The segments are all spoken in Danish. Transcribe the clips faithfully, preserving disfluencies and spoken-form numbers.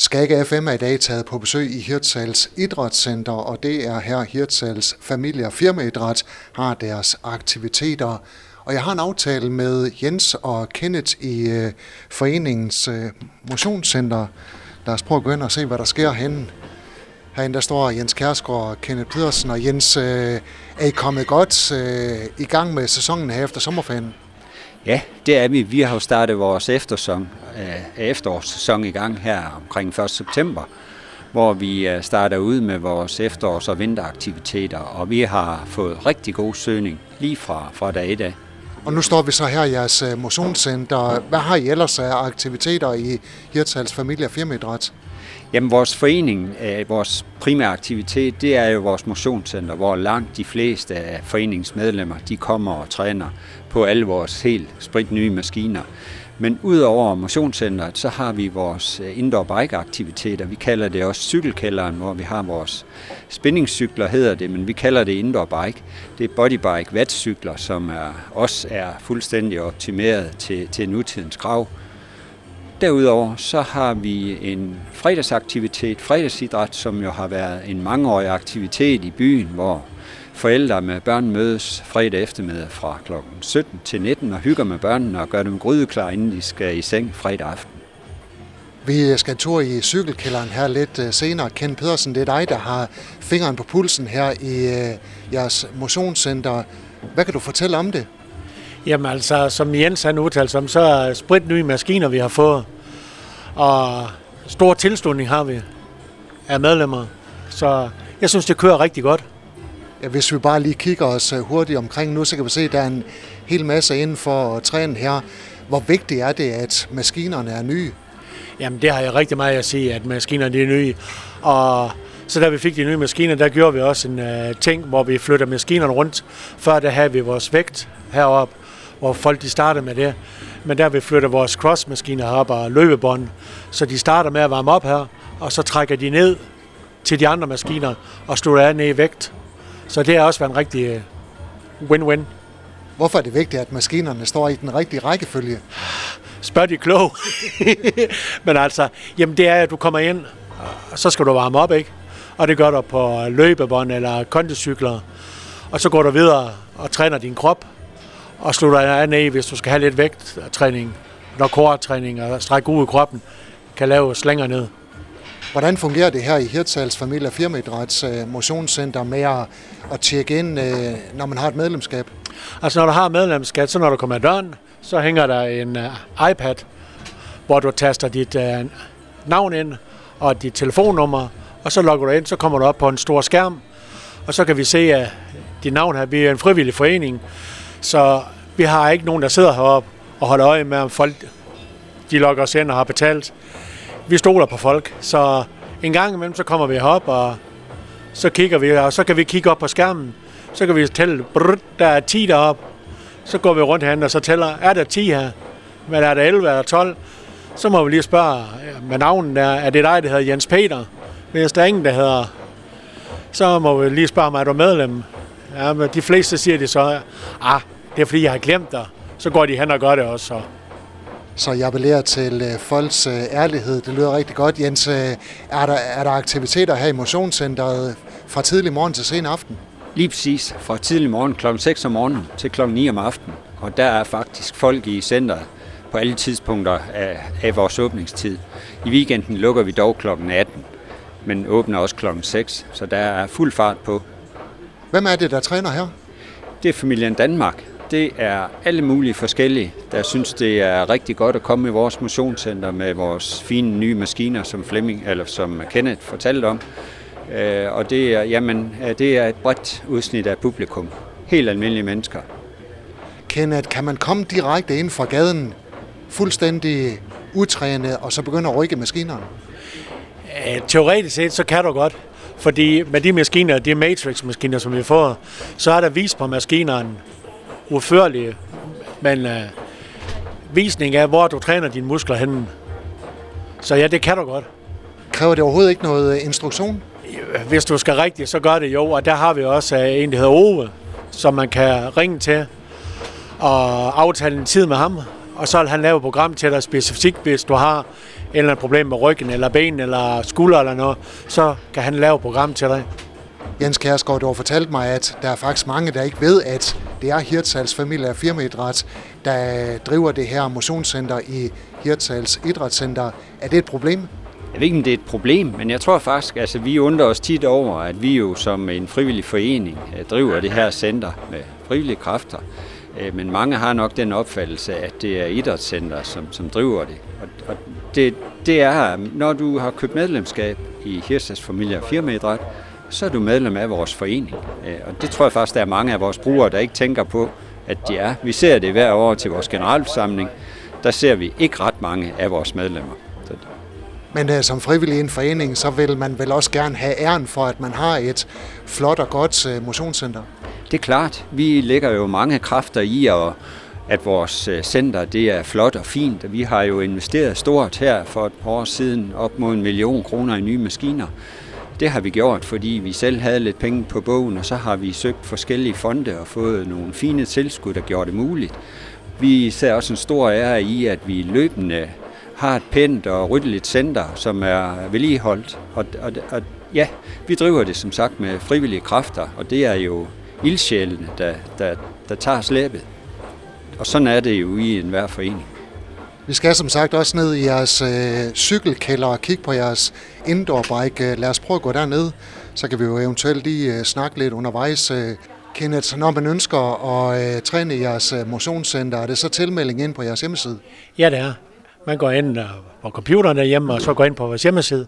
Skagge F M er i dag taget på besøg i Hirtshals Idrætscenter, og det er her Hirtshals Familie- og Firmaidræt har deres aktiviteter. Og jeg har en aftale med Jens og Kenneth i øh, foreningens øh, motionscenter. Lad os prøve at gå ind og se, hvad der sker henne. Herinde der står Jens Kjærsgaard og Kenneth Pedersen. Og Jens, øh, er I kommet godt øh, i gang med sæsonen her efter sommerferien? Ja, det er vi. Vi har jo startet vores eftersæson, øh, efterårssæson i gang her omkring første september, hvor vi starter ud med vores efterårs- og vinteraktiviteter, og vi har fået rigtig god søgning lige fra, fra dag et af. Og nu står vi så her i jeres motionscenter. Hvad har I ellers af aktiviteter i Hirtshals Familie- og Firmaidræt? Jamen, vores forening, vores primære aktivitet, det er jo vores motionscenter, hvor langt de fleste af foreningsmedlemmer, de kommer og træner på alle vores helt spritnye maskiner. Men udover motionscenteret, så har vi vores indoor bike-aktiviteter. Vi kalder det også cykelkælderen, hvor vi har vores spændingscykler, hedder det, men vi kalder det indoor bike. Det er bodybike vatcykler, som er, også er fuldstændig optimeret til, til nutidens krav. Derudover så har vi en fredagsaktivitet, fredagsidræt, som jo har været en mangeårig aktivitet i byen, hvor forældre med børn mødes fredag eftermiddag fra klokken sytten til nitten og hygger med børnene og gør dem grydeklar, inden de skal i seng fredag aften. Vi skal en tur i cykelkælderen her lidt senere. Ken Pedersen, det er dig, der har fingeren på pulsen her i jeres motionscenter. Hvad kan du fortælle om det? Jamen altså, som Jens han udtalte om, så er spritnye maskiner, vi har fået, og stor tilslutning har vi af medlemmer. Så jeg synes, det kører rigtig godt. Ja, hvis vi bare lige kigger os hurtigt omkring nu, så kan vi se, at der er en hel masse inden for trænen her. Hvor vigtigt er det, at maskinerne er nye? Jamen, det har jeg rigtig meget at sige, at maskinerne er nye. Og så da vi fik de nye maskiner, der gjorde vi også en uh, ting, hvor vi flytter maskinerne rundt. Før der havde vi vores vægt heroppe, hvor folk de starter med det. Men der vi flytter vores crossmaskiner heroppe og løbebånd, så de starter med at varme op her, og så trækker de ned til de andre maskiner og slutter af ned i vægt. Så det har også været en rigtig win-win. Hvorfor er det vigtigt, at maskinerne står i den rigtige rækkefølge? Spørg de klog. Men altså, jamen det er, at du kommer ind, og så skal du varme op, ikke? Og det gør du på løbebånd eller kondicykler. Og så går du videre og træner din krop, og slutter af ned, hvis du skal have lidt vægttræning, når core-træning og strække ud i kroppen, kan lave slænger ned. Hvordan fungerer det her i Hirtshals Familie- og Firmaidræts motionscenter med at, at tjekke ind, når man har et medlemskab? Altså når du har et medlemskab, så når du kommer ad døren, så hænger der en uh, iPad, hvor du taster dit uh, navn ind og dit telefonnummer, og så logger du ind, så kommer du op på en stor skærm, og så kan vi se, at dit navn her, vi er en frivillig forening, så vi har ikke nogen, der sidder heroppe og holder øje med, om folk de logger os ind og har betalt. Vi stoler på folk, så en gang imellem, så kommer vi herop, og så kigger vi, og så kan vi kigge op på skærmen. Så kan vi tælle, brrr, der er ti deroppe. Så går vi rundt herinde, og så tæller, er der ti her? Men er der elleve eller tolv? Så må vi lige spørge med navnen der, er det dig, der hedder Jens Peter? Hvis der er ingen, der hedder, så må vi lige spørge mig, er du medlem? Ja, men de fleste siger det så, ah, det er fordi, jeg har glemt dig. Så går de hen og gør det også, så. Så jeg appellerer til folks ærlighed. Det lyder rigtig godt. Jens, er der, er der aktiviteter her i motionscenteret fra tidlig morgen til sen aften? Lige præcis. Fra tidlig morgen klokken seks om morgenen til klokken ni om aftenen. Og der er faktisk folk i centeret på alle tidspunkter af, af vores åbningstid. I weekenden lukker vi dog klokken atten, men åbner også klokken seks, så der er fuld fart på. Hvem er det, der træner her? Det er familien Danmark. Det er alle mulige forskellige, der synes, det er rigtig godt at komme i vores motionscenter med vores fine nye maskiner, som Flemming, eller som Kenneth fortalte om. Og det er, jamen, det er et bredt udsnit af publikum. Helt almindelige mennesker. Kenneth, kan man komme direkte ind fra gaden, fuldstændig utrænet, og så begynde at rykke maskinerne? Teoretisk set, så kan du godt. Fordi med de maskiner, de Matrix-maskiner, som vi får, så er der vis på maskinerne udførlige, men uh, visning af, hvor du træner dine muskler henne. Så ja, det kan du godt. Kræver det overhovedet ikke noget instruktion? Hvis du skal rigtigt, så gør det jo, og der har vi også uh, en, der hedder Ove, som man kan ringe til og aftale en tid med ham, og så vil han lave et program til dig specifikt, hvis du har eller andet problem med ryggen, eller ben, eller skulder, eller noget, så kan han lave et program til dig. Jens Kjærsgaard, du har fortalt mig, at der er faktisk mange, der ikke ved, at det er Hirtshals Familie- og Firmaidræt, der driver det her motionscenter i Hirtshals Idrætscenter. Er det et problem? Jeg ved ikke, om det er et problem, men jeg tror faktisk, at altså, vi undrer os tit over, at vi jo som en frivillig forening driver det her center med frivillige kræfter. Men mange har nok den opfattelse, at det er idrætscenter, som, som driver det. Og, og det, det er, når du har købt medlemskab i Hirtshals Familie- og Firmaidræt, så er du medlem af vores forening. Og det tror jeg faktisk, der er mange af vores brugere, der ikke tænker på, at de er. Vi ser det hver år til vores generalforsamling. Der ser vi ikke ret mange af vores medlemmer. Men uh, som frivillig i en forening, så vil man vel også gerne have æren for, at man har et flot og godt uh, motionscenter? Det er klart. Vi lægger jo mange kræfter i, og at vores center det er flot og fint. Vi har jo investeret stort her for et par år siden, op mod en million kroner i nye maskiner. Det har vi gjort, fordi vi selv havde lidt penge på bogen, og så har vi søgt forskellige fonde og fået nogle fine tilskud, der gjorde det muligt. Vi ser også en stor ære i, at vi løbende har et pænt og ryddeligt center, som er vedligeholdt. Og, og, og ja, vi driver det som sagt med frivillige kræfter, og det er jo ildsjælene, der, der, der tager slæbet. Og sådan er det jo i enhver forening. Vi skal som sagt også ned i jeres øh, cykelkælder og kigge på jeres indoor bike. Lad os prøve at gå derned, så kan vi jo eventuelt lige øh, snakke lidt undervejs. Øh, Kenneth, når man ønsker at øh, træne i jeres øh, motionscenter, er det så tilmelding ind på jeres hjemmeside? Ja, det er. Man går ind på computeren derhjemme, og så går ind på vores hjemmeside.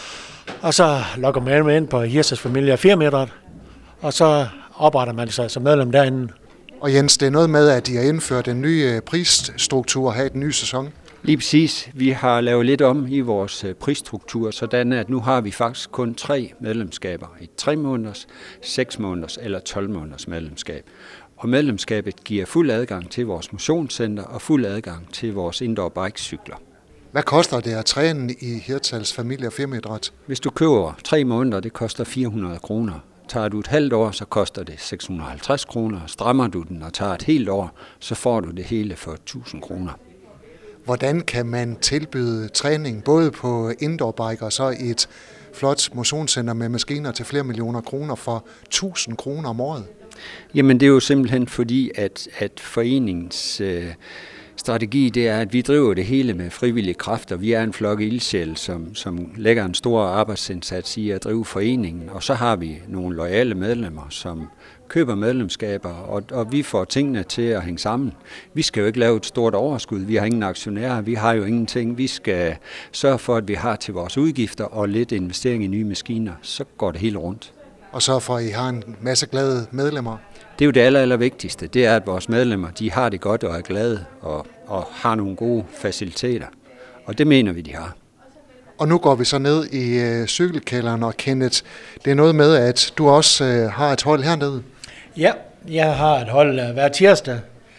Og så logger man ind på Hirtshals Familie- og Firmaidræt, og så opretter man sig som medlem derinde. Og Jens, det er noget med, at de har indført en ny prisstruktur her i den nye sæson. Lige præcis. Vi har lavet lidt om i vores prisstruktur, sådan at nu har vi faktisk kun tre medlemskaber. Et tre måneders, seks måneders eller tolv måneders medlemskab. Og medlemskabet giver fuld adgang til vores motionscenter og fuld adgang til vores indoor bikecykler. Hvad koster det at træne i Hirtshals Familie- og Firmaidræt? Hvis du køber tre måneder, det koster fire hundrede kroner. Tager du et halvt år, så koster det seks hundrede og halvtreds kroner. Strammer du den og tager et helt år, så får du det hele for tusind kroner. Hvordan kan man tilbyde træning både på indoorbike og så i et flot motionscenter med maskiner til flere millioner kroner for tusind kroner om året? Jamen det er jo simpelthen fordi, at, at foreningens øh, strategi det er, at vi driver det hele med frivillige kræfter. Vi er en flok ildsjæl, som, som lægger en stor arbejdsindsats i at drive foreningen. Og så har vi nogle loyale medlemmer, som køber medlemskaber, og, og vi får tingene til at hænge sammen. Vi skal jo ikke lave et stort overskud. Vi har ingen aktionærer, vi har jo ingenting. Vi skal sørge for, at vi har til vores udgifter og lidt investering i nye maskiner. Så går det hele rundt. Og så for, at I har en masse glade medlemmer? Det er jo det aller, aller vigtigste. Det er, at vores medlemmer de har det godt og er glade og, og har nogle gode faciliteter. Og det mener vi, de har. Og nu går vi så ned i øh, cykelkælderen, og Kenneth, det er noget med, at du også øh, har et hold hernede. Ja, jeg har et hold uh, hver tirsdag.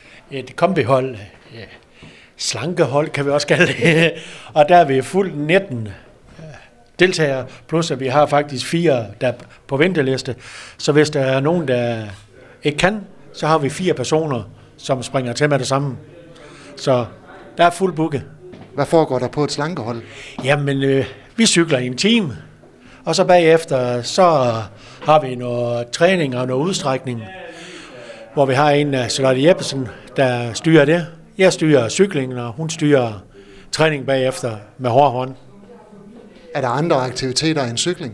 Et kombihold. Uh, slankehold kan vi også kalde det. Og der er vi fuldt nitten uh, deltagere, plus at vi har faktisk fire, der er på venteliste. Så hvis der er nogen, der ikke kan, så har vi fire personer, som springer til med det samme. Så der er fuld booket. Hvad foregår der på et slankehold? Jamen, øh, vi cykler i en time, og så bagefter, så har vi noget træning og noget udstrækning, hvor vi har en af Charlotte Jeppesen, der styrer det. Jeg styrer cyklingen, og hun styrer træning bagefter med hård hånd. Er der andre aktiviteter end cykling?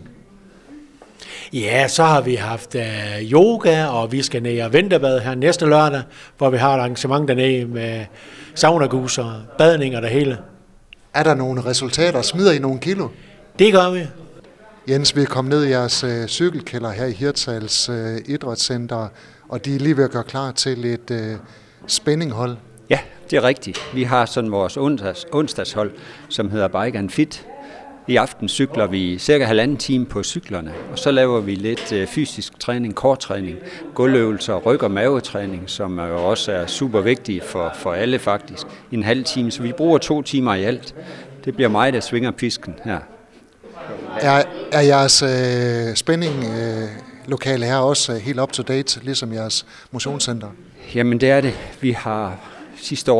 Ja, så har vi haft uh, yoga, og vi skal ned og vinterbade her næste lørdag, hvor vi har et arrangement dernede med saunagus og badning og det hele. Er der nogle resultater? Smider I nogle kilo? Det gør vi. Jens, vi er kommet ned i jeres øh, cykelkælder her i Hirtshals øh, Idrætscenter, og de er lige ved at gøre klar til et øh, spændinghold. Ja, det er rigtigt. Vi har sådan vores onsdags, onsdagshold, som hedder Bike and Fit. I aften cykler vi cirka halvanden time på cyklerne, og så laver vi lidt øh, fysisk træning, korttræning, gulvøvelser, ryg- og mavetræning, som jo også er super vigtige for, for alle faktisk, i en halv time. Så vi bruger to timer i alt. Det bliver mig, der svinger pisken her. Er, er jeres øh, spænding øh, lokale her også helt up to date, ligesom jeres motionscenter? Jamen det er det. Vi har sidste år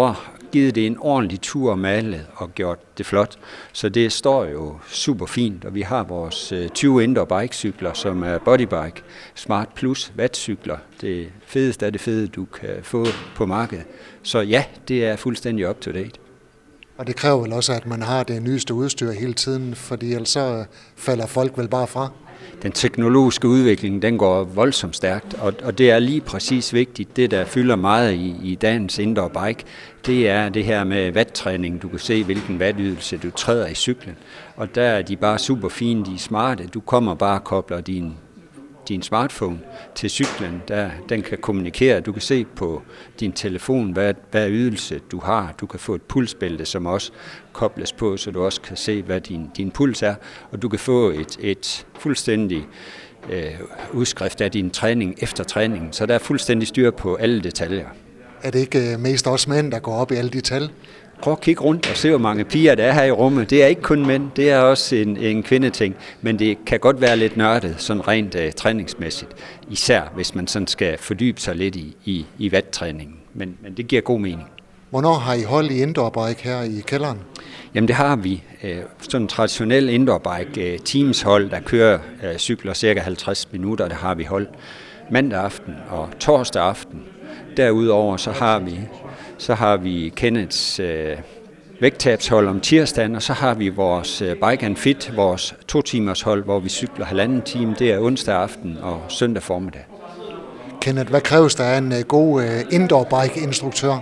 givet det en ordentlig tur og malet og gjort det flot. Så det står jo super fint, og vi har vores tyve indoor bikecykler, som er bodybike, Smart Plus wattcykler. Det fedeste af det fede, du kan få på markedet. Så ja, det er fuldstændig up to date. Og det kræver vel også, at man har det nyeste udstyr hele tiden, fordi ellers så falder folk vel bare fra. Den teknologiske udvikling, den går voldsomt stærkt, og, og det er lige præcis vigtigt. Det, der fylder meget i, i dagens indoor bike, det er det her med wattræning. Du kan se, hvilken wattydelse du træder i cyklen. Og der er de bare super fine, de er smarte. Du kommer bare og kobler din, din smartphone til cyklen. Der, den kan kommunikere. Du kan se på din telefon, hvad, hvad ydelse du har. Du kan få et pulsbælte, som også kobles på, så du også kan se, hvad din, din puls er. Og du kan få et, et fuldstændig øh, udskrift af din træning efter træningen. Så der er fuldstændig styr på alle detaljer. Er det ikke mest også mænd, der går op i alle de tal? Prøv at kigge rundt og se, hvor mange piger der er her i rummet. Det er ikke kun mænd, det er også en, en kvindeting, men det kan godt være lidt nørdet, sådan rent uh, træningsmæssigt. Især hvis man sådan skal fordybe sig lidt i, i, i watt-træningen, men, men det giver god mening. Hvornår har I hold i indoor bike her i kælderen? Jamen det har vi. Sådan en traditionel indoor bike teamshold, der kører cykler cirka halvtreds minutter, der har vi hold mandag aften og torsdag aften. Derudover så har vi så har vi Kenneths øh, vægttabshold om tirsdagen, og så har vi vores øh, Bike and Fit, vores to timers hold, hvor vi cykler halvanden time. Det er onsdag aften og søndag formiddag. Kenneth, hvad kræves der af en øh, god øh, indoor bike instruktør?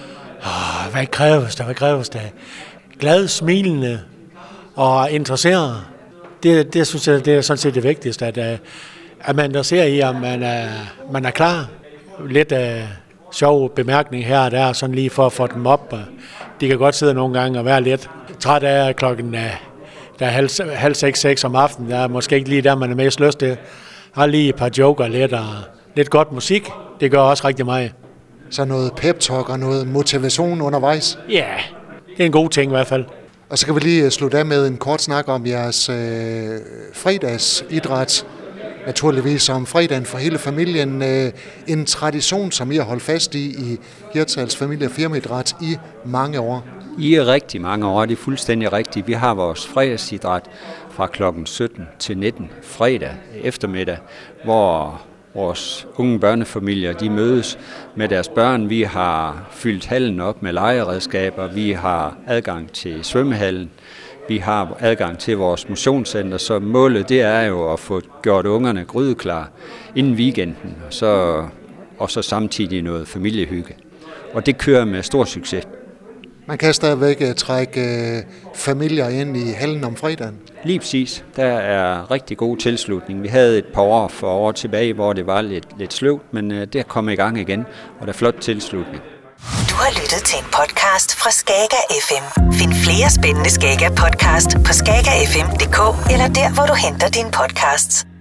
Oh, hvad kræves der? Hvad kræves der? Glad, smilende og interesseret. Det, det synes jeg, det er sådan set det vigtigste, at, at man der ser i, om man er, man er klar. Lidt uh, sjov bemærkning her og der, sådan lige for at få dem op. De kan godt sidde nogle gange og være lidt træt af klokken, uh, der er halv, halv seks, seks om aftenen. Der er måske ikke lige der, man er mest lyst til. Har lige et par joker lidt og lidt godt musik. Det gør også rigtig meget. Så noget pep-talk og noget motivation undervejs? Ja, yeah, det er en god ting i hvert fald. Og så kan vi lige slutte af med en kort snak om jeres øh, fredagsidræt. Naturligvis om fredagen for hele familien. Øh, en tradition, som I har holdt fast i i Hirtshals Familie- og Firmaidræt i mange år. I er rigtig mange år, det er fuldstændig rigtigt. Vi har vores fredagsidræt fra klokken sytten til nitten fredag eftermiddag, hvor vores unge børnefamilier, de mødes med deres børn. Vi har fyldt hallen op med legeredskaber. Vi har adgang til svømmehallen. Vi har adgang til vores motionscenter. Så målet, det er jo at få gjort ungerne grydeklar inden weekenden. Og så, og så samtidig noget familiehygge. Og det kører med stor succes. Man kan stadigvæk uh, trække uh, familier ind i hallen om fredagen. Lige præcis. Der er rigtig god tilslutning. Vi havde et par år for år tilbage, hvor det var lidt, lidt sløvt, men uh, det er kommet i gang igen, og der er flot tilslutning. Du har lyttet til en podcast fra Skager F M. Find flere spændende Skager podcast på skager f m punktum d k eller der, hvor du henter dine podcasts.